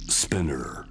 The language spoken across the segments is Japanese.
Spinner。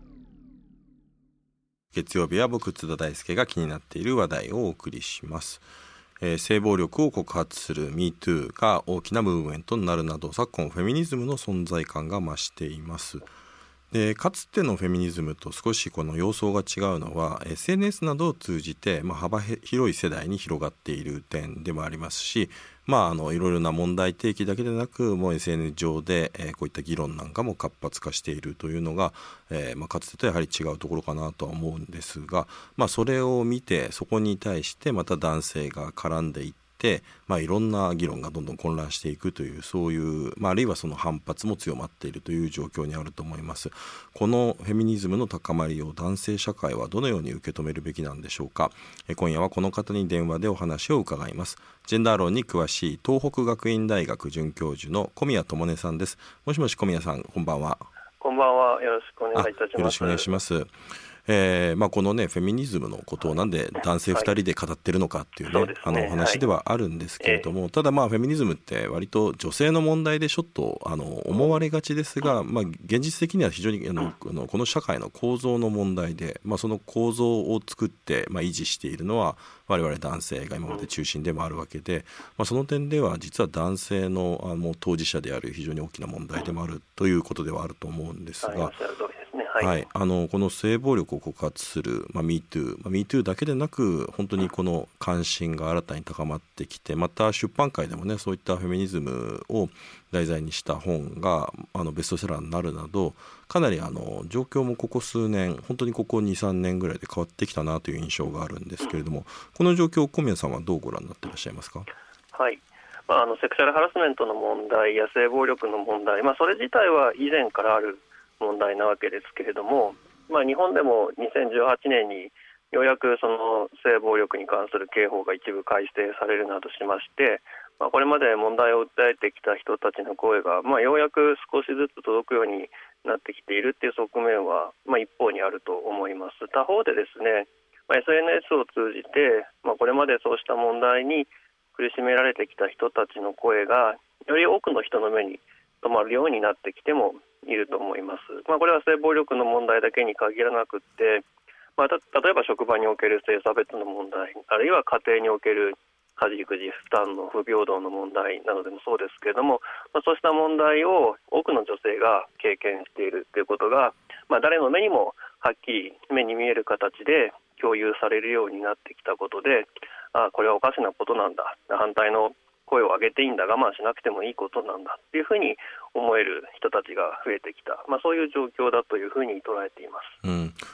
月曜日は僕津田大介が気になっている話題をお送りします。性暴力を告発する MeToo が大きなムーブメントになるなど、昨今フェミニズムの存在感が増しています。でかつてのフェミニズムと少しこの様相が違うのは SNS などを通じて、幅広い世代に広がっている点でもありますし、いろいろな問題提起だけでなく、もう SNS 上で、こういった議論なんかも活発化しているというのが、かつてとやはり違うところかなとは思うんですが、それを見てそこに対してまた男性が絡んでいって、いろんな議論がどんどん混乱していくという、そういう、あるいはその反発も強まっているという状況にあると思います。このフェミニズムの高まりを男性社会はどのように受け止めるべきなんでしょうか。今夜はこの方に電話でお話を伺います。ジェンダー論に詳しい東北学院大学准教授の小宮智音さんです。もしもし小宮さん、こんばんは。 こんばんは、よろしくお願いいたします。 よろしくお願いします。このねフェミニズムのことをなんで男性2人で語ってるのかっていうね、お話ではあるんですけれども、ただフェミニズムって割と女性の問題でちょっと思われがちですが、現実的には非常にこの社会の構造の問題で、その構造を作って、維持しているのは我々男性が今まで中心でもあるわけで、その点では実は男性のもう当事者である非常に大きな問題でもあるということではあると思うんですが、この性暴力を告発する、MeToo だけでなく、本当にこの関心が新たに高まってきて、また出版界でもね、そういったフェミニズムを題材にした本がベストセラーになるなど、かなり状況もここ数年、本当にここ 2,3 年ぐらいで変わってきたなという印象があるんですけれども、この状況を小宮さんはどうご覧になっていらっしゃいますか。 はい、セクシャルハラスメントの問題や性暴力の問題、それ自体は以前からある問題なわけですけれども、日本でも2018年にようやくその性暴力に関する刑法が一部改正されるなどしまして、これまで問題を訴えてきた人たちの声が、ようやく少しずつ届くようになってきているという側面は、一方にあると思います。他方でですね、SNS を通じて、これまでそうした問題に苦しめられてきた人たちの声がより多くの人の目に留まるようになってきてもいると思います。これは性暴力の問題だけに限らなくって、例えば職場における性差別の問題、あるいは家庭における家事育児負担の不平等の問題などでもそうですけれども、そうした問題を多くの女性が経験しているということが、誰の目にもはっきり目に見える形で共有されるようになってきたことで、これはおかしなことなんだ、反対の声を上げていいんだ、我慢しなくてもいいことなんだというふうに思える人たちが増えてきた、そういう状況だというふうに捉えています。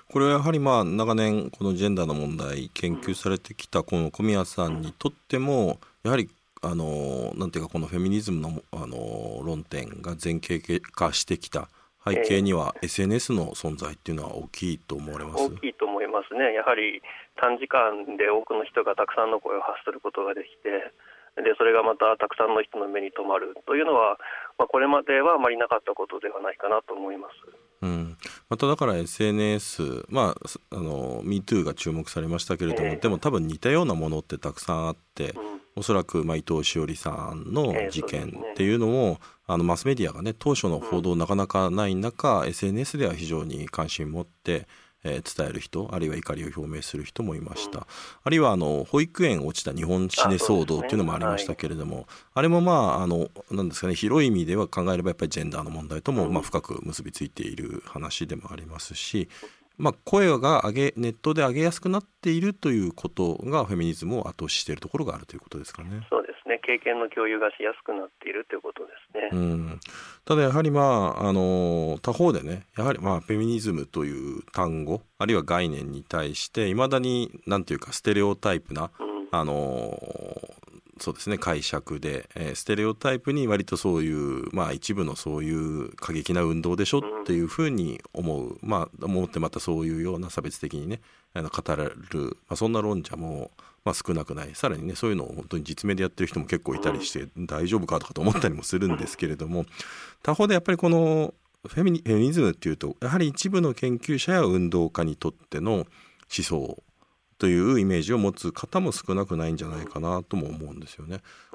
これはやはり長年このジェンダーの問題研究されてきたこの小宮さんにとっても、やはりなんていうか、このフェミニズムの、論点が前傾化してきた背景には SNS の存在っていうのは大きいと思われます。 大きいと思いますね。やはり短時間で多くの人がたくさんの声を発することができて、それがまたたくさんの人の目に留まるというのは、これまではあまりなかったことではないかなと思います。 まただから SNS、MeToo が注目されましたけれども、でも多分似たようなものってたくさんあって、おそらく伊藤詩織さんの事件っていうのも、マスメディアがね、当初の報道なかなかない中、SNS では非常に関心を持って伝える人、あるいは怒りを表明する人もいました。あるいは保育園落ちた日本死ね騒動っていうのもありましたけれども、あれもなんですかね、広い意味では考えればやっぱりジェンダーの問題とも深く結びついている話でもありますし、声がネットで上げやすくなっているということがフェミニズムを後押ししているところがあるということですかね。 そうですね、経験の共有がしやすくなっているということですね。 ただやはり他方でね、やはりフェミニズムという単語、あるいは概念に対していまだになんていうかステレオタイプな、そうですね、解釈で、ステレオタイプに割とそういう、一部のそういう過激な運動でしょっていうふうに思ってまたそういうような差別的にね語られる、そんな論者も少なくない。さらにね、そういうのを本当に実名でやってる人も結構いたりして、大丈夫かとかと思ったりもするんですけれども、他方でやっぱりこのフェミニズムっていうと、やはり一部の研究者や運動家にとっての思想というイメージを持つ方も少なくないんじゃないかなとも思うんですよね。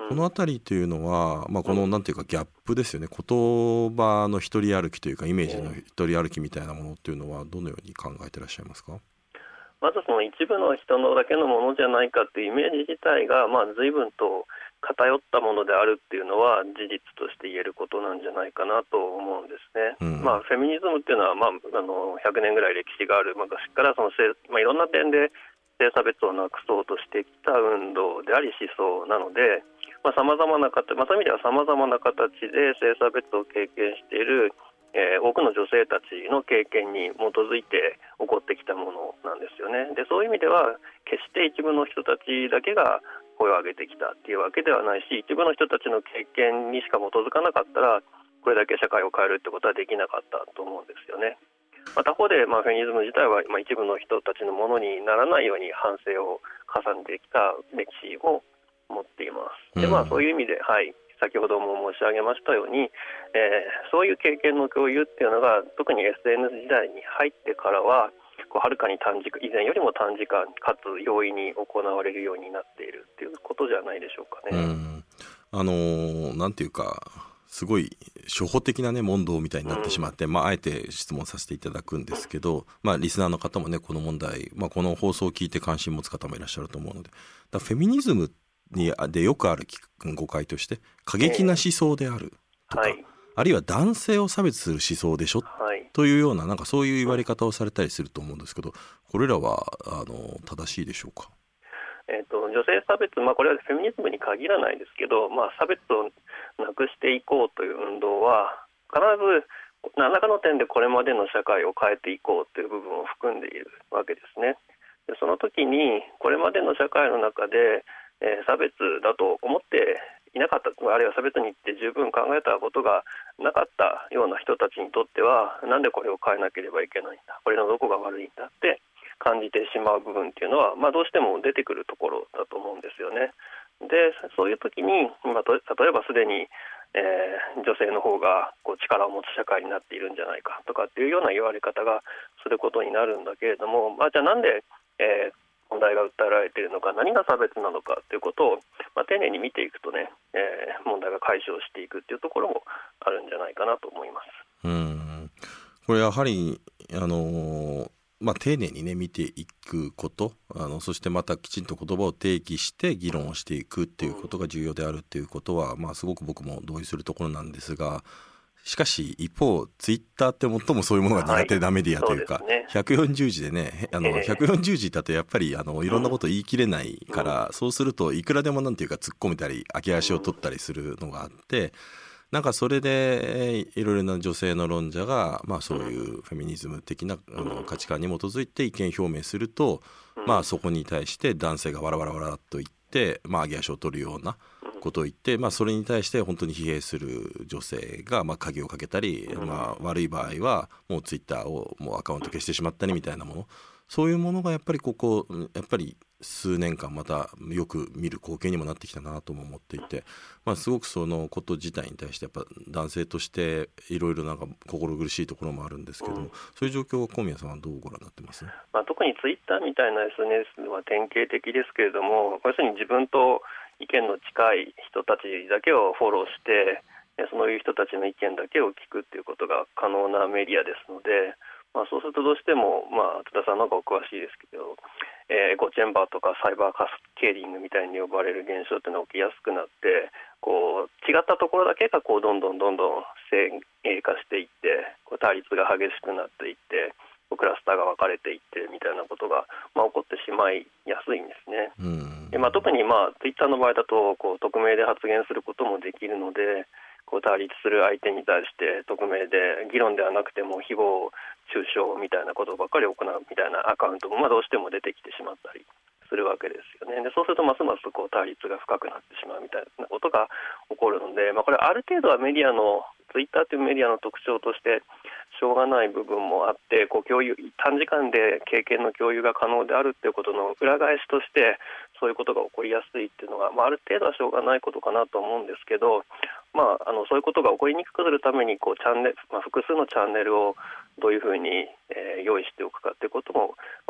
このあたりというのは、このなんていうかギャップですよね。言葉の一人歩きというかイメージの一人歩きみたいなものっていうのはどのように考えていらっしゃいますか？ まずその一部の人のだけのものじゃないかっていうイメージ自体が随分と偏ったものであるっていうのは事実として言えることなんじゃないかなと思うんですね。フェミニズムっていうのは、100年ぐらい歴史がある昔からいろんな点で性差別をなくそうとしてきた運動であり思想なので、様々な形、そういう意味では様々な形で性差別を経験している、多くの女性たちの経験に基づいて起こってきたものなんですよね。でそういう意味では決して一部の人たちだけが声を上げてきたっていうわけではないし、一部の人たちの経験にしか基づかなかったらこれだけ社会を変えるってことはできなかったと思うんですよね。他方で、フェミニズム自体は、一部の人たちのものにならないように反省を重ねてきた歴史を持っています。でそういう意味で、先ほども申し上げましたように、そういう経験の共有っていうのが特に SNS 時代に入ってからははるかに以前よりも短時間かつ容易に行われるようになっているということじゃないでしょうかね。 なんていうかすごい初歩的な問答みたいになってしまって、あえて質問させていただくんですけど、リスナーの方もねこの問題、この放送を聞いて関心を持つ方もいらっしゃると思うので、フェミニズムでよくある誤解として過激な思想であるとか、あるいは男性を差別する思想でしょ、というようなそういう言われ方をされたりすると思うんですけど、これらは正しいでしょうか？ 女性差別、これはフェミニズムに限らないですけど、差別をなくしていこうという運動は必ず何らかの点でこれまでの社会を変えていこうという部分を含んでいるわけですね。でその時にこれまでの社会の中で、差別だと思っていなかった、あるいは差別について十分考えたことがなかったような人たちにとっては、なんでこれを変えなければいけないんだ、これのどこが悪いんだって感じてしまう部分っていうのは、どうしても出てくるところだと思うんですよね。でそういう時に、例えばすでに、女性の方が力を持つ社会になっているんじゃないかとかっていうような言われ方がすることになるんだけれども、じゃあなんで、問題が訴えられているのか、何が差別なのかということを、丁寧に見ていくとね、問題が解消していくというところもあるんじゃないかなと思います。 これやはり丁寧に見ていくこと、そしてまたきちんと言葉を提起して議論をしていくっていうことが重要であるっていうことは、すごく僕も同意するところなんですが、しかし一方ツイッターって最もそういうものが苦手なメディアというか、140字でね、140字だとやっぱりいろんなこと言い切れないから、そうするといくらでもなんていうか突っ込めたり空き足を取ったりするのがあって、それでいろいろな女性の論者が、そういうフェミニズム的な価値観に基づいて意見表明すると、そこに対して男性がわらわらわらっと言って上げ足を取るようなことを言って、それに対して本当に疲弊する女性が鍵をかけたり、悪い場合はもうツイッターをもうアカウント消してしまったりみたいなもの、そういうものがやっぱり数年間またよく見る光景にもなってきたなとも思っていて、すごくそのこと自体に対してやっぱ男性としていろいろ心苦しいところもあるんですけども、そういう状況を小宮さんはどうご覧になってます？ 特にツイッターみたいな SNS は典型的ですけれども、要するに自分と意見の近い人たちだけをフォローしてそういう人たちの意見だけを聞くっていうことが可能なメディアですので、そうするとどうしても、津田さんの方がお詳しいですけど、エコチェンバーとかサイバーカスケーディングみたいに呼ばれる現象っていうのが起きやすくなって、違ったところだけがどんどん先鋭化していって、対立が激しくなっていって、クラスターが分かれていってみたいなことが、起こってしまいやすいんですね。で特にツイッターの場合だと匿名で発言することもできるので、対立する相手に対して匿名で議論ではなくても誹謗中傷みたいなことばっかり行うみたいなアカウントもどうしても出てきてしまったりするわけですよね。でそうするとますます対立が深くなってしまうみたいなことが起こるので、これある程度はメディアのツイッターというメディアの特徴としてしょうがない部分もあって、短時間で経験の共有が可能であるということの裏返しとしてそういうことが起こりやすいっていうのが、ある程度はしょうがないことかなと思うんですけど、そういうことが起こりにくくするためにチャンネル、複数のチャンネルをどういうふうに用意しておくかということも、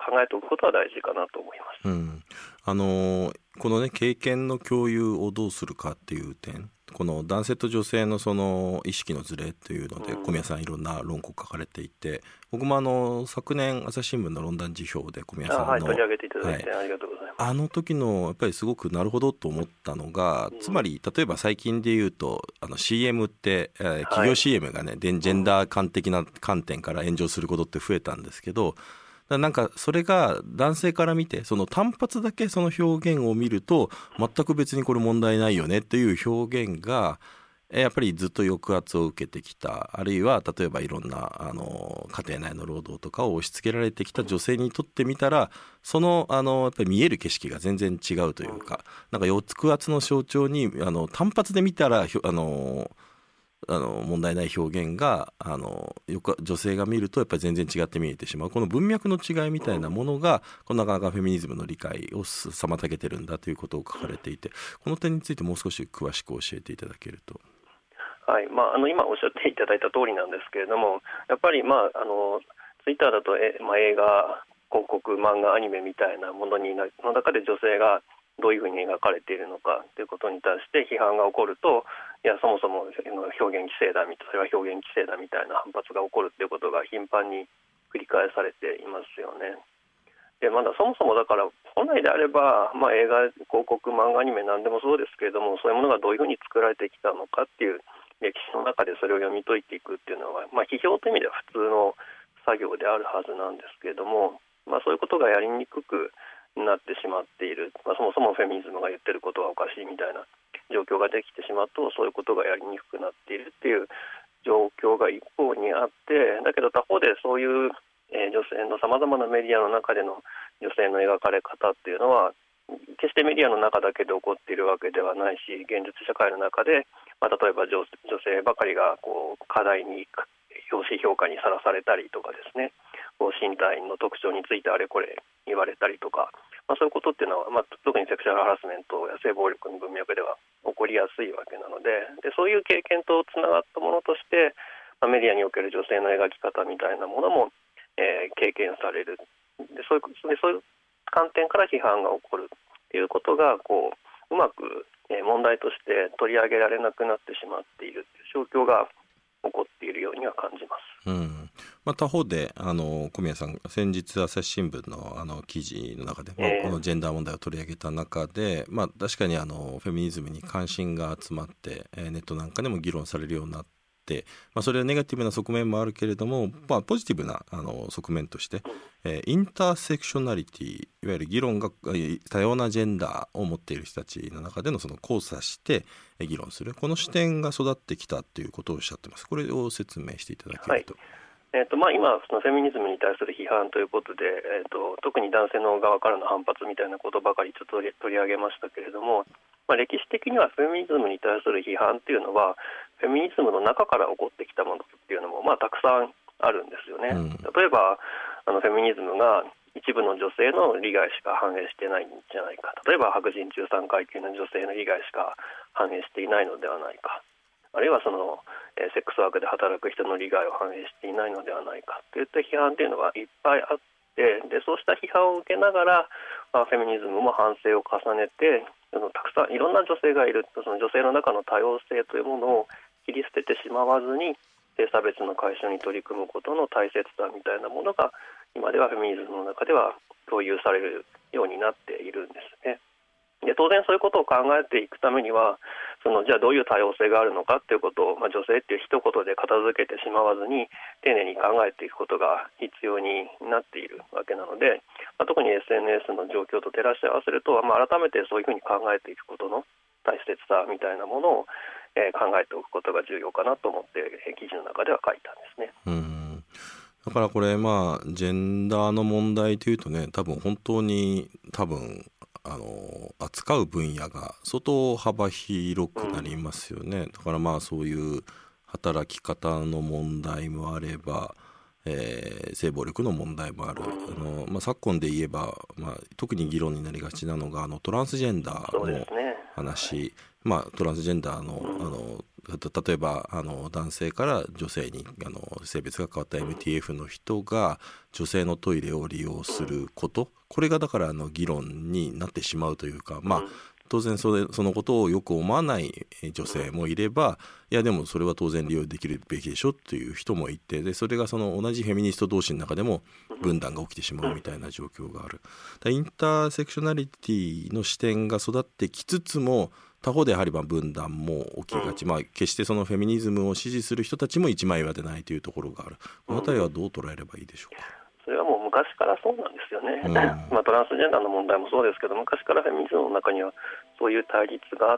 考えておくことは大事かなと思います。 このね経験の共有をどうするかっていう点、この男性と女性のその意識のズレというので小宮さんいろんな論考書かれていて、僕も昨年朝日新聞の論壇辞表で小宮さんの取り上げていただいてありがとうございます。 あの時のやっぱりすごくなるほどと思ったのが、つまり例えば最近で言うとCM って、企業 CM がねジェンダー観的な観点から炎上することって増えたんですけど、なんかそれが男性から見てその単発だけその表現を見ると全く別にこれ問題ないよねっていう表現がやっぱりずっと抑圧を受けてきた、あるいは例えばいろんな家庭内の労働とかを押し付けられてきた女性にとってみたら、そのやっぱり見える景色が全然違うというか、なんか抑圧の象徴に単発で見たら問題ない表現が女性が見るとやっぱり全然違って見えてしまう、この文脈の違いみたいなものがなかなかフェミニズムの理解を妨げてるんだということを書かれていて、この点についてもう少し詳しく教えていただけると。 はい、今おっしゃっていただいた通りなんですけれども、やっぱりツイッターだと映画、広告、漫画、アニメみたいなものの中で女性がどういうふうに描かれているのかということに対して批判が起こると、いやそもそも表現規制だそれは表現規制だみたいな反発が起こるということが頻繁に繰り返されていますよね。でまだそもそもだから本来であれば、映画、広告、漫画、アニメ何でもそうですけれども、そういうものがどういうふうに作られてきたのかっていう歴史の中でそれを読み解いていくっていうのは、批評という意味では普通の作業であるはずなんですけれども、そういうことがやりにくくなってしまっている、そもそもフェミニズムが言ってることはおかしいみたいな状況ができてしまうと、そういうことがやりにくくなっているっていう状況が一方にあって、だけど他方でそういう女性のさまざまなメディアの中での女性の描かれ方っていうのは決してメディアの中だけで起こっているわけではないし、現実社会の中で、例えば女性ばかりが課題に容姿評価にさらされたりとかですね、身体の特徴についてあれこれ言われたりとか、そういうことっていうのは、特にセクシャルハラスメントや性暴力の文脈では起こりやすいわけなので、そういう経験とつながったものとして、メディアにおける女性の描き方みたいなものも、経験される。でそういう観点から批判が起こるということがうまく問題として取り上げられなくなってしまっているという状況が起こっているようには感じます。 他方で小宮さん先日朝日新聞の記事の中で、このジェンダー問題を取り上げた中で、確かにフェミニズムに関心が集まって、ネットなんかでも議論されるようになって、それはネガティブな側面もあるけれども、ポジティブな側面として、インターセクショナリティ、いわゆる議論が多様なジェンダーを持っている人たちの中での交差して議論する、この視点が育ってきたということをおっしゃってます。これを説明していただけると。 今そのフェミニズムに対する批判ということで、特に男性の側からの反発みたいなことばかりちょっと取り上げましたけれども、歴史的にはフェミニズムに対する批判っていうのはフェミニズムの中から起こってきたものっていうのもたくさんあるんですよね。例えばフェミニズムが一部の女性の利害しか反映してないんじゃないか、例えば白人中産階級の女性の利害しか反映していないのではないか、あるいはセックスワークで働く人の利害を反映していないのではないかといった批判というのがいっぱいあって、でそうした批判を受けながら、フェミニズムも反省を重ねて、たくさんいろんな女性がいる、その女性の中の多様性というものを切り捨ててしまわずに性差別の解消に取り組むことの大切さみたいなものが今ではフェミニズムの中では共有されるようになっているんですね。で当然そういうことを考えていくためにはじゃあどういう多様性があるのかということを、女性っていう一言で片付けてしまわずに丁寧に考えていくことが必要になっているわけなので、特に SNS の状況と照らし合わせると、改めてそういうふうに考えていくことの大切さみたいなものを、考えておくことが重要かなと思って記事の中では書いたんですね。 だからこれジェンダーの問題というとね、本当に扱う分野が相当幅広くなりますよね。だからそういう働き方の問題もあれば、性暴力の問題もある。昨今で言えば、特に議論になりがちなのがトランスジェンダーの話、トランスジェンダーの、例えば男性から女性に性別が変わった MTF の人が女性のトイレを利用すること、これがだから議論になってしまうというか、当然そのことをよく思わない女性もいれば、いやでもそれは当然利用できるべきでしょっていう人もいて、でそれがその同じフェミニスト同士の中でも分断が起きてしまうみたいな状況がある。インターセクショナリティの視点が育ってきつつも、他方でやはり分断も起きがち、決してそのフェミニズムを支持する人たちも一枚岩でないというところがある。この辺りはどう捉えればいいでしょうか。 それはもう昔からそうなんですよね、トランスジェンダーの問題もそうですけど、昔からフェミニズムの中にはそういう対立があって、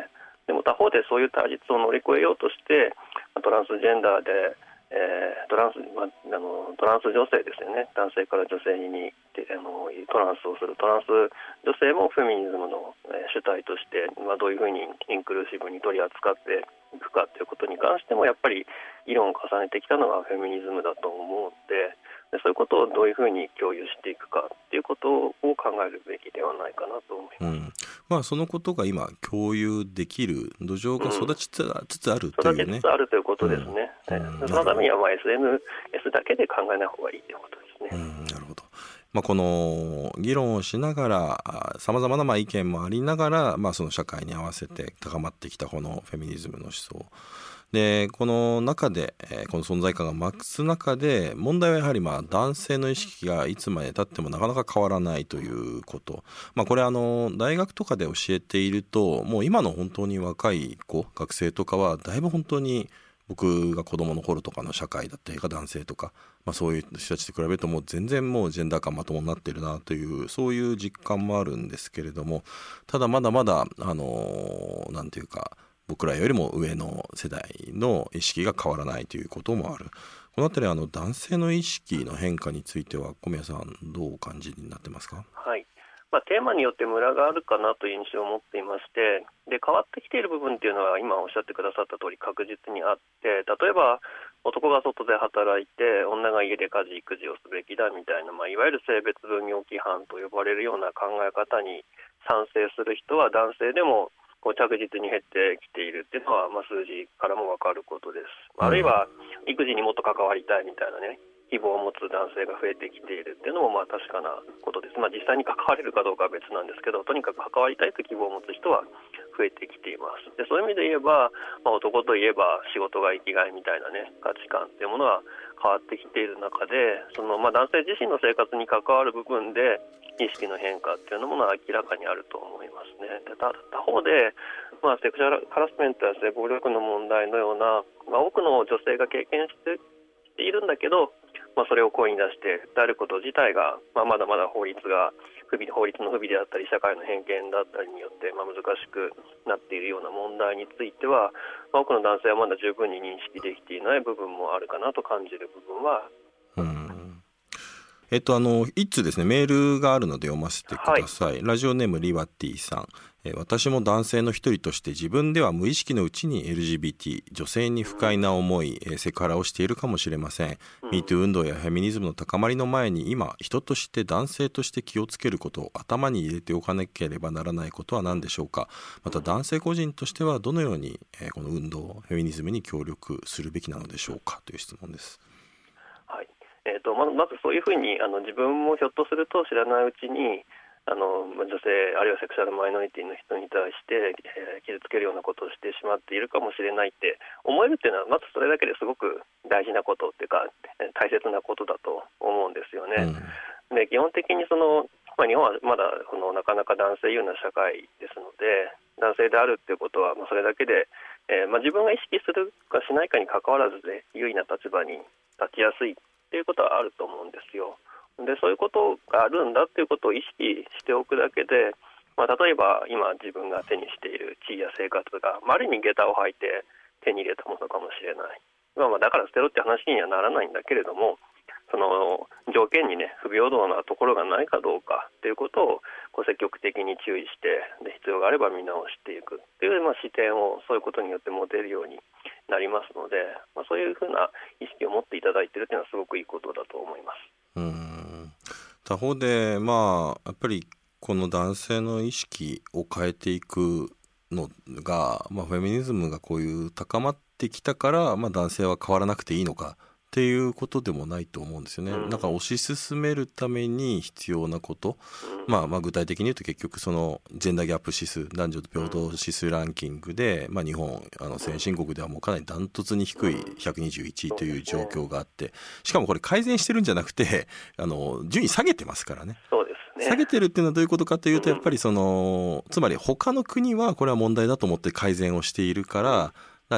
でも他方でそういう対立を乗り越えようとしてトランスジェンダーで、トランス女性ですよね、男性から女性にトランスをするトランス女性もフェミニズムの主体として、どういうふうにインクルーシブに取り扱っていくかということに関してもやっぱり議論を重ねてきたのがフェミニズムだと思うので、そういうことをどういうふうに共有していくかということを考えるべきではないかなと思います。そのことが今共有できる土壌が育ちつつあるというね、 育ちつつあるということですね。そのためにはSNS だけで考えない方がいいということですね。 なるほど。この議論をしながらさまざまな意見もありながら、その社会に合わせて高まってきたこのフェミニズムの思想で、この中で、この存在感が増す中で問題はやはり男性の意識がいつまでたってもなかなか変わらないということ、これ大学とかで教えていると、もう今の本当に若い学生とかはだいぶ本当に僕が子供の頃とかの社会だったりが男性とか、そういう人たちと比べるともう全然もうジェンダー感まともになってるなという、そういう実感もあるんですけれども、ただまだまだなんていうか僕らよりも上の世代の意識が変わらないということもある。このあたり男性の意識の変化については小宮さんどうお感じになってますか。 はい、テーマによってムラがあるかなという印象を持っていまして、で変わってきている部分というのは今おっしゃってくださった通り確実にあって、例えば男が外で働いて女が家で家事育児をすべきだみたいな、いわゆる性別分業規範と呼ばれるような考え方に賛成する人は男性でも着実に減ってきているというのは、数字からも分かることです。あるいは育児にもっと関わりたいみたいなね、希望を持つ男性が増えてきているというのも確かなことです。実際に関われるかどうかは別なんですけど、とにかく関わりたいという希望を持つ人は増えてきています。でそういう意味で言えば、男といえば仕事が生きがいみたいなね、価値観というものは変わってきている中で、男性自身の生活に関わる部分で意識の変化というものは明らかにあると思いますね。で他方で、セクシャルハラスメントや性暴力の問題のような、多くの女性が経験しているんだけど、それを声に出して訴えること自体が、まだまだ法律の不備であったり社会の偏見だったりによって難しくなっているような問題については、多くの男性はまだ十分に認識できていない部分もあるかなと感じる部分は。 一通ですね、メールがあるので読ませてください。ラジオネームリワティさん。私も男性の一人として自分では無意識のうちに LGBT 女性に不快な思い、セクハラをしているかもしれません。MeToo 運動やフェミニズムの高まりの前に、今人として男性として気をつけることを頭に入れておかなければならないことは何でしょうか。また男性個人としてはどのように、この運動フェミニズムに協力するべきなのでしょうかという質問です。 はい、まずそういうふうに自分もひょっとすると知らないうちに女性あるいはセクシャルマイノリティの人に対して、傷つけるようなことをしてしまっているかもしれないって思えるっていうのは、まずそれだけですごく大事なことっていうか大切なことだと思うんですよね。で基本的に日本はまだなかなか男性優位な社会ですので、男性であるっていうことは、それだけで、自分が意識するかしないかに関わらずで優位な立場に立ちやすいっていうことはあると思うんですよ。でそういうことがあるんだっていうことを意識しておくだけで、例えば今自分が手にしている地位や生活が、ある意味下駄を履いて手に入れたものかもしれない。だから捨てろって話にはならないんだけれども、その条件にね不平等なところがないかどうかということを積極的に注意して、で必要があれば見直していくという、視点をそういうことによって持てるようになりますので、そういうふうな意識を持っていただいているというのはすごくいいことだと思います。 他方でやっぱりこの男性の意識を変えていくのが、フェミニズムがこういう高まってきたから、男性は変わらなくていいのかっていうことでもないと思うんですよね。なんか推し進めるために必要なこと、具体的に言うと結局そのジェンダーギャップ指数、男女平等指数ランキングで、日本先進国ではもうかなりダントツに低い121位という状況があって、しかもこれ改善してるんじゃなくて順位下げてますからね。 そうですね。 下げてるっていうのはどういうことかというと、やっぱりつまり他の国はこれは問題だと思って改善をしているから、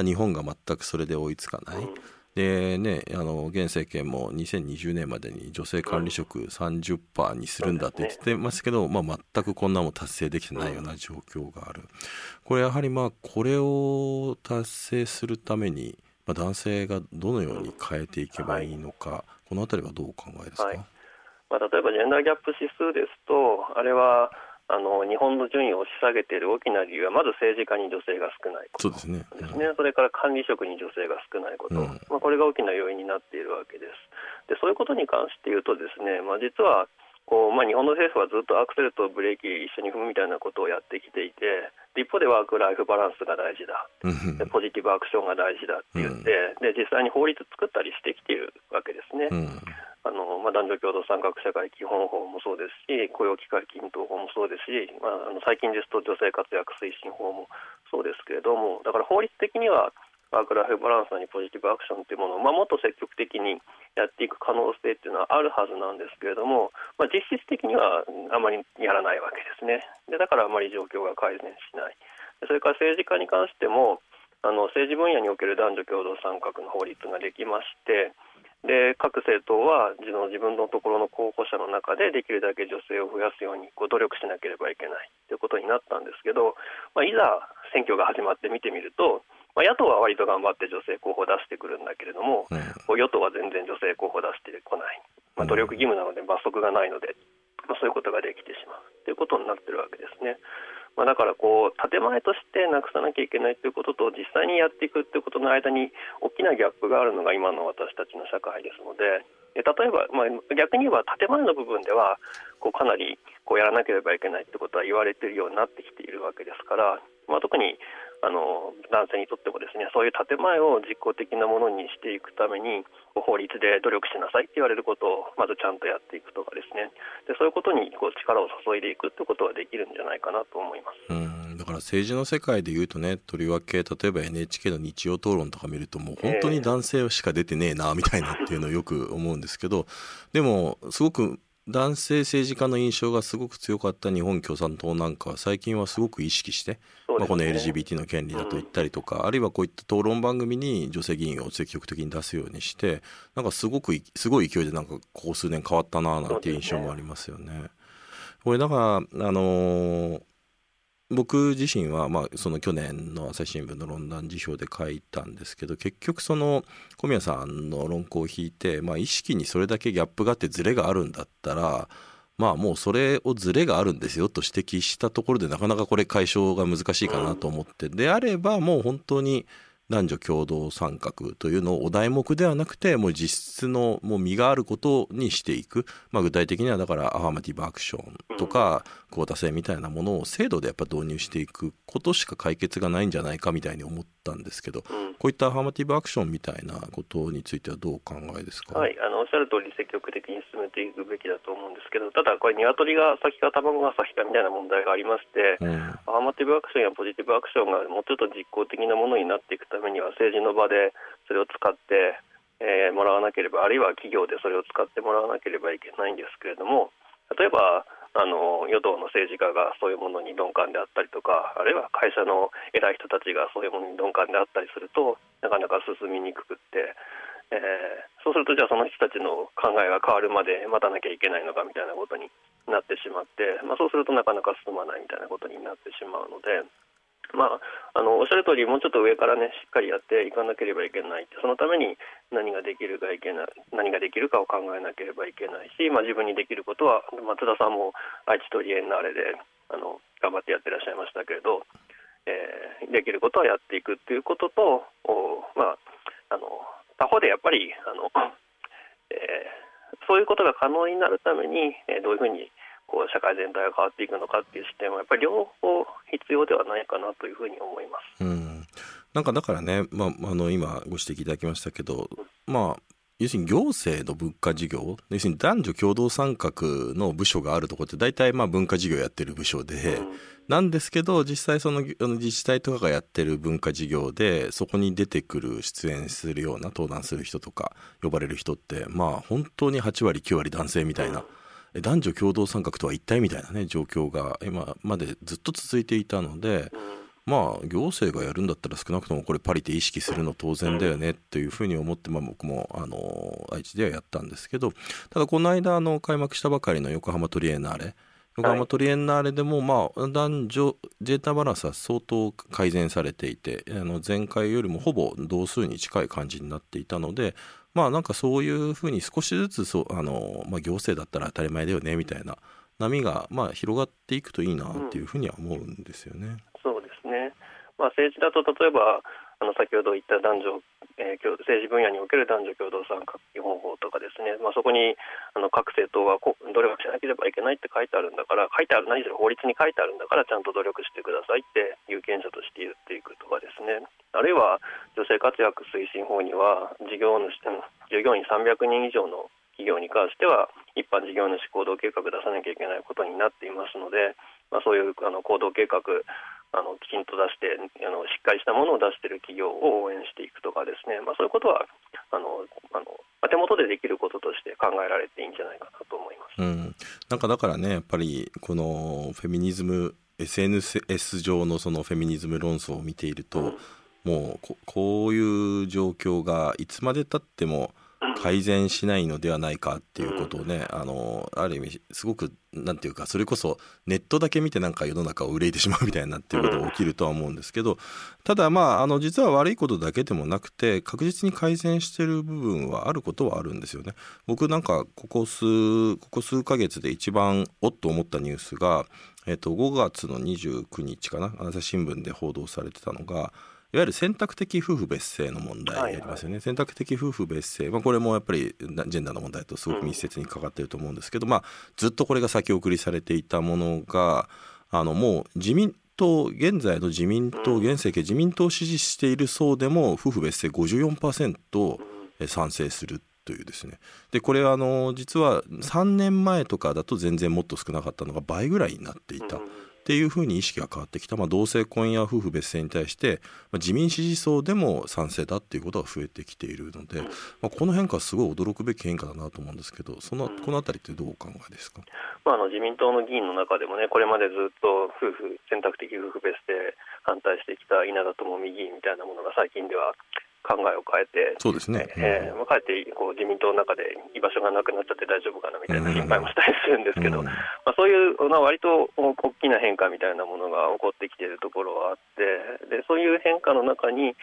日本が全くそれで追いつかない。でね、現政権も2020年までに女性管理職 30% にするんだって言ってますけど、全くこんなも達成できてないような状況がある。これやはりこれを達成するために、男性がどのように変えていけばいいのか、このあたりはどうお考えですか？ 例えばジェンダーギャップ指数ですと、あれは日本の順位を押し下げている大きな理由は、まず政治家に女性が少ないことですね。それから管理職に女性が少ないこと、これが大きな要因になっているわけです。で、そういうことに関して言うとですね、実は日本の政府はずっとアクセルとブレーキ一緒に踏むみたいなことをやってきていて、一方でワークライフバランスが大事だ、でポジティブアクションが大事だって言って、で実際に法律作ったりしてきているわけですね。男女共同参画社会基本法もそうですし、雇用機会均等法もそうですし、最近ですと女性活躍推進法もそうですけれども、だから法律的にはワークライフバランスにポジティブアクションというものを、もっと積極的にやっていく可能性というのはあるはずなんですけれども、実質的にはあまりやらないわけですね。でだからあまり状況が改善しない。それから政治家に関しても政治分野における男女共同参画の法律ができまして、で各政党は自分のところの候補者の中でできるだけ女性を増やすように努力しなければいけないということになったんですけど、いざ選挙が始まって見てみると、野党は割と頑張って女性候補を出してくるんだけれども、与党は全然女性候補を出してこない、努力義務なので罰則がないので、そういうことができてしまうということになっているわけですね。だから建前としてなくさなきゃいけないということと実際にやっていくということの間に大きなギャップがあるのが今の私たちの社会ですので、例えば、逆に言えば建前の部分ではかなりやらなければいけないということは言われているようになってきているわけですから、特に男性にとってもですね、そういう建前を実効的なものにしていくために法律で努力しなさいって言われることをまずちゃんとやっていくとかですね、でそういうことに力を注いでいくということはできるんじゃないかなと思います。 だから政治の世界でいうとね、とりわけ例えば NHK の日曜討論とか見るともう本当に男性しか出てねえなみたいなっていうのをよく思うんですけど、でもすごく男性政治家の印象がすごく強かった日本共産党なんかは最近はすごく意識して、この LGBT の権利だと言ったりとか、あるいはこういった討論番組に女性議員を積極的に出すようにして、なんかすごい勢いでなんかここ数年変わったななんていう印象もありますよね。これだから僕自身は、その去年の朝日新聞の論壇辞表で書いたんですけど、結局その小宮さんの論考を引いて、意識にそれだけギャップがあってズレがあるんだったら、もうそれをズレがあるんですよと指摘したところでなかなかこれ解消が難しいかなと思って、であればもう本当に男女共同参画というのをお題目ではなくて、もう実質のもう実があることにしていく、具体的にはだからアファーマティブアクションとかクオータ制みたいなものを制度でやっぱ導入していくことしか解決がないんじゃないかみたいに思ったんですけど、こういったアファーマティブアクションみたいなことについてはどうお考えですか？ おっしゃる通り積極的に進めていくべきだと思うんですけど、ただこれ鶏が先か卵が先かみたいな問題がありまして、アファーマティブアクションやポジティブアクションがもうちょっと実効的なものになっていくためには、政治の場でそれを使ってもらわなければ、あるいは企業でそれを使ってもらわなければいけないんですけれども、例えば与党の政治家がそういうものに鈍感であったりとか、あるいは会社の偉い人たちがそういうものに鈍感であったりするとなかなか進みにくくって、そうするとじゃあその人たちの考えが変わるまで待たなきゃいけないのかみたいなことになってしまって、そうするとなかなか進まないみたいなことになってしまうので、おっしゃる通りもうちょっと上からねしっかりやっていかなければいけない。そのために何ができるかを考えなければいけないし、自分にできることは津田さんも愛知トリエンナーレで頑張ってやってらっしゃいましたけれど、できることはやっていくということと、他方でやっぱりそういうことが可能になるためにどういうふうにこう社会全体が変わっていくのかっていう視点はやっぱり両方必要ではないかなというふうに思います。 なんかだからね、今ご指摘いただきましたけど、要するに行政の文化事業、要するに男女共同参画の部署があるところって大体文化事業やってる部署で、なんですけど実際その自治体とかがやってる文化事業でそこに出てくる出演するような登壇する人とか呼ばれる人って本当に8割9割男性みたいな、男女共同参画とは一体みたいなね状況が今までずっと続いていたので、行政がやるんだったら少なくともこれパリティ意識するの当然だよねっていうふうに思って、僕も愛知ではやったんですけど、ただこの間開幕したばかりの横浜トリエンナーレでも男女ジェンダーバランスは相当改善されていて、前回よりもほぼ同数に近い感じになっていたので、なんかそういうふうに少しずつ行政だったら当たり前だよねみたいな波が広がっていくといいなっていうふうには思うんですよね。 そうですね。政治だと例えば先ほど言った政治分野における男女共同参画基本法とかですね、そこに各政党が努力しなければいけないって書いてあるんだから、何しろ法律に書いてあるんだからちゃんと努力してくださいって有権者として言っていくとかですね、あるいは女性活躍推進法には従業員300人以上の企業に関しては一般事業主行動計画出さなきゃいけないことになっていますので、そういう行動計画きちんと出してしっかりしたものを出している企業を応援していくとかですね、そういうことは手元でできることとして考えられていいんじゃないかなと思います。 なんかだからね、やっぱりこのフェミニズム SNS 上のそのフェミニズム論争を見ていると、もうこういう状況がいつまでたっても改善しないのではないかっていうことをね、ある意味すごくなんていうか、それこそネットだけ見てなんか世の中を憂いてしまうみたいなっていうことが起きるとは思うんですけど、ただ実は悪いことだけでもなくて確実に改善してる部分はあることはあるんですよね。僕なんかここ数ヶ月で一番おっと思ったニュースが、5月の29日かな、朝日新聞で報道されてたのが、いわゆる選択的夫婦別姓の問題ありますよね。選択的夫婦別姓、これもやっぱりジェンダーの問題とすごく密接に関わっていると思うんですけど、ずっとこれが先送りされていたものがもう自民党、現在の自民党現政権自民党を支持している層でも夫婦別姓 54% 賛成するというですね。でこれは実は3年前とかだと全然もっと少なかったのが倍ぐらいになっていたっていうふうに意識が変わってきた。同性婚や夫婦別姓に対して、自民支持層でも賛成だっていうことが増えてきているので、この変化はすごい驚くべき変化だなと思うんですけど、このあたりってどうお考えですか？ 自民党の議員の中でもね、これまでずっと選択的夫婦別姓反対してきた稲田朋美議員みたいなものが最近では考えを変えて、 そうですね、 かえって自民党の中で居場所がなくなっちゃって大丈夫かなみたいな心配もしたりするんですけど、そういう割と大きな変化みたいなものが起こってきているところはあって、でそういう変化の中に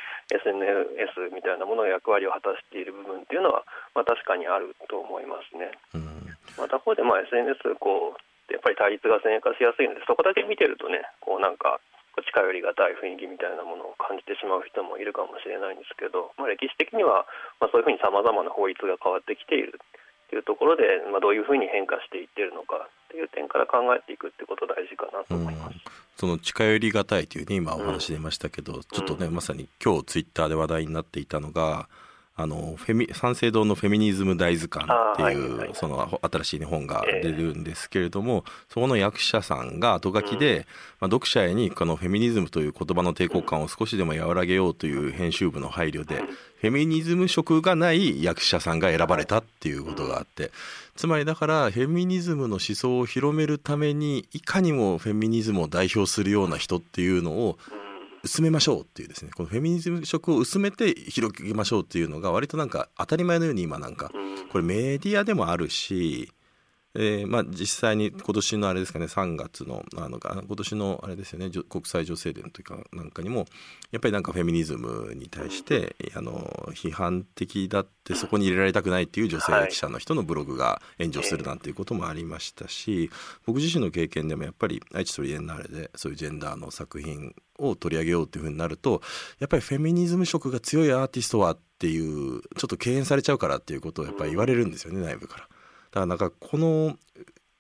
SNS みたいなものが役割を果たしている部分っていうのは、確かにあると思いますね。他方でSNS やっぱり対立が先鋭化しやすいので、そこだけ見てるとね、なんか近寄りがたい雰囲気みたいなものを感じてしまう人もいるかもしれないんですけど、歴史的にはそういうふうにさまざまな法律が変わってきているというところで、どういうふうに変化していっているのかという点から考えていくってことが大事かなと思います。 その近寄りがたいというね、今お話出ましたけど、ちょっとね、まさに今日ツイッターで話題になっていたのが、三省堂のフェミニズム大図鑑っていうその新しい本が出るんですけれども、そこの役者さんが後書きで、読者へにこのフェミニズムという言葉の抵抗感を少しでも和らげようという編集部の配慮で、フェミニズム色がない役者さんが選ばれたっていうことがあって、つまりだからフェミニズムの思想を広めるためにいかにもフェミニズムを代表するような人っていうのを薄めましょうっていうですね、このフェミニズム色を薄めて広げましょうっていうのが割となんか当たり前のように今なんかこれメディアでもあるし、実際に今年のあれですかね、3月の今年のあれですよね、国際女性デーの時かなんかにもやっぱりなんかフェミニズムに対して批判的だって、そこに入れられたくないっていう女性記者の人のブログが炎上するなんていうこともありましたし、僕自身の経験でもやっぱり愛知トリエンナーレでそういうジェンダーの作品を取り上げようっていう風になると、やっぱりフェミニズム色が強いアーティストはっていうちょっと敬遠されちゃうからっていうことをやっぱり言われるんですよね、内部から。だからなんかこのフ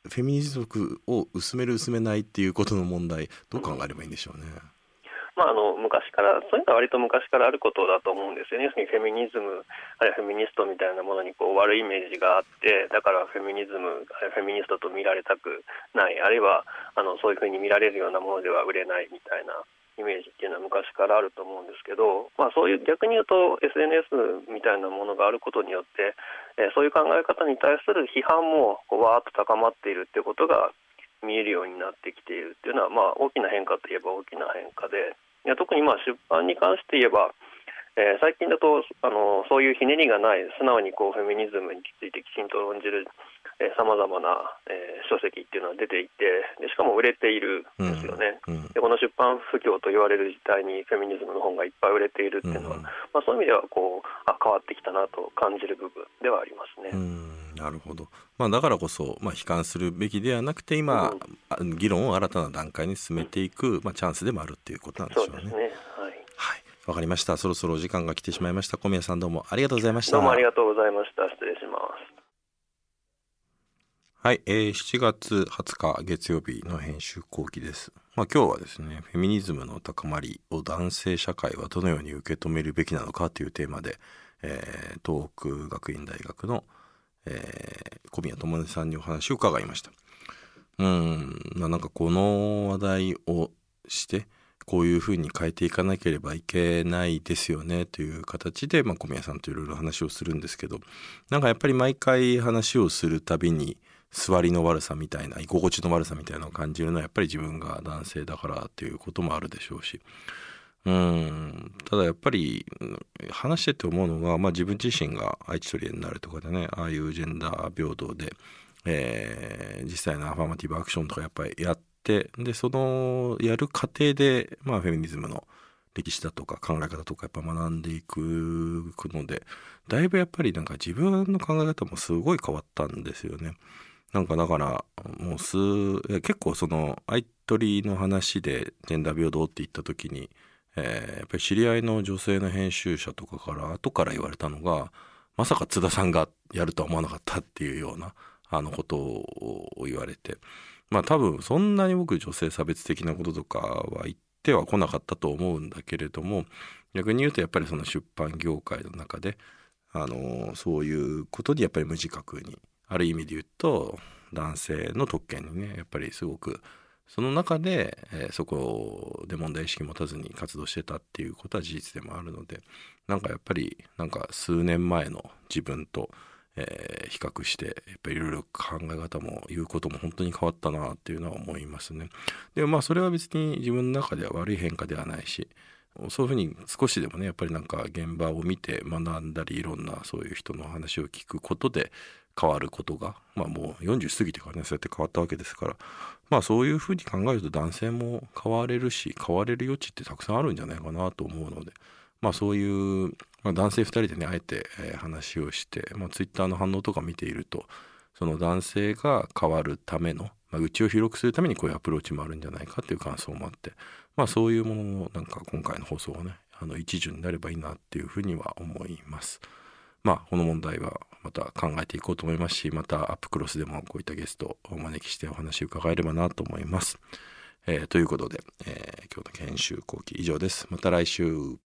フェミニズムを薄める薄めないっていうことの問題、どう考えればいいんでしょうね。 昔からそういうのは割と昔からあることだと思うんですよね。要するにフェミニズムあるいはフェミニストみたいなものに悪いイメージがあって、だからフェミニズムあるいはフェミニストと見られたくない、あるいはそういうふうに見られるようなものでは売れないみたいなイメージっていうのは昔からあると思うんですけど、そういう逆に言うと SNS みたいなものがあることによって、そういう考え方に対する批判もわーっと高まっているっていうことが見えるようになってきているっていうのは、大きな変化といえば大きな変化で、特に出版に関して言えば、最近だとそういうひねりがない素直にフェミニズムについてきちんと論じるさまざまな書籍っていうのは出ていて、でしかも売れているんですよね。でこの出版不況と言われる時代にフェミニズムの本がいっぱい売れているっていうのは、そういう意味では変わってきたなと感じる部分ではありますね。 なるほど。だからこそ、悲観するべきではなくて今、議論を新たな段階に進めていく、チャンスでもあるっていうことなんでしょうね。 そうですね。 はい、わかりました。そろそろお時間が来てしまいました。小宮さん、どうもありがとうございました。 どうもありがとうございました。失礼します。 はい、7月20日月曜日の編集後期です。今日はですね、フェミニズムの高まりを男性社会はどのように受け止めるべきなのかというテーマで、東北学院大学の、小宮智音さんにお話を伺いました。なんかこの話題をしてこういうふうに変えていかなければいけないですよねという形で、小宮さんといろいろ話をするんですけど、なんかやっぱり毎回話をするたびに座りの悪さみたいな、居心地の悪さみたいなのを感じるのはやっぱり自分が男性だからということもあるでしょうし、ただやっぱり話してて思うのが、自分自身が愛知トリエンナーレとかでね、ああいうジェンダー平等で、実際のアファーマティブアクションとかやっぱりやって、でそのやる過程で、フェミニズムの歴史だとか考え方とかやっぱ学んでいくので、だいぶやっぱりなんか自分の考え方もすごい変わったんですよね。なんかだからもう結構その愛取りの話でジェンダー平等って言った時に、やっぱり知り合いの女性の編集者とかから後から言われたのが、まさか津田さんがやるとは思わなかったっていうようなことを言われて、多分そんなに僕女性差別的なこととかは言っては来なかったと思うんだけれども、逆に言うとやっぱりその出版業界の中でそういうことにやっぱり無自覚に、ある意味で言うと男性の特権にね、やっぱりすごくその中で、そこで問題意識持たずに活動してたっていうことは事実でもあるので、なんかやっぱりなんか数年前の自分と、比較してやっぱりいろいろ考え方も言うことも本当に変わったなっていうのは思いますね。でそれは別に自分の中では悪い変化ではないし、そういうふうに少しでもね、やっぱりなんか現場を見て学んだり、いろんなそういう人の話を聞くことで変わることが、もう40過ぎてからね、そうやって変わったわけですから、そういうふうに考えると男性も変われるし、変われる余地ってたくさんあるんじゃないかなと思うので、そういう、男性2人でねあえて、話をして、ツイッターの反応とか見ていると、その男性が変わるための、内を広くするためにこういうアプローチもあるんじゃないかっていう感想もあって、そういうもののなんか今回の放送がね一助になればいいなっていうふうには思います。この問題はまた考えていこうと思いますし、またアップクロスでもこういったゲストをお招きしてお話を伺えればなと思います。ということで、今日の研修後期以上です。また来週。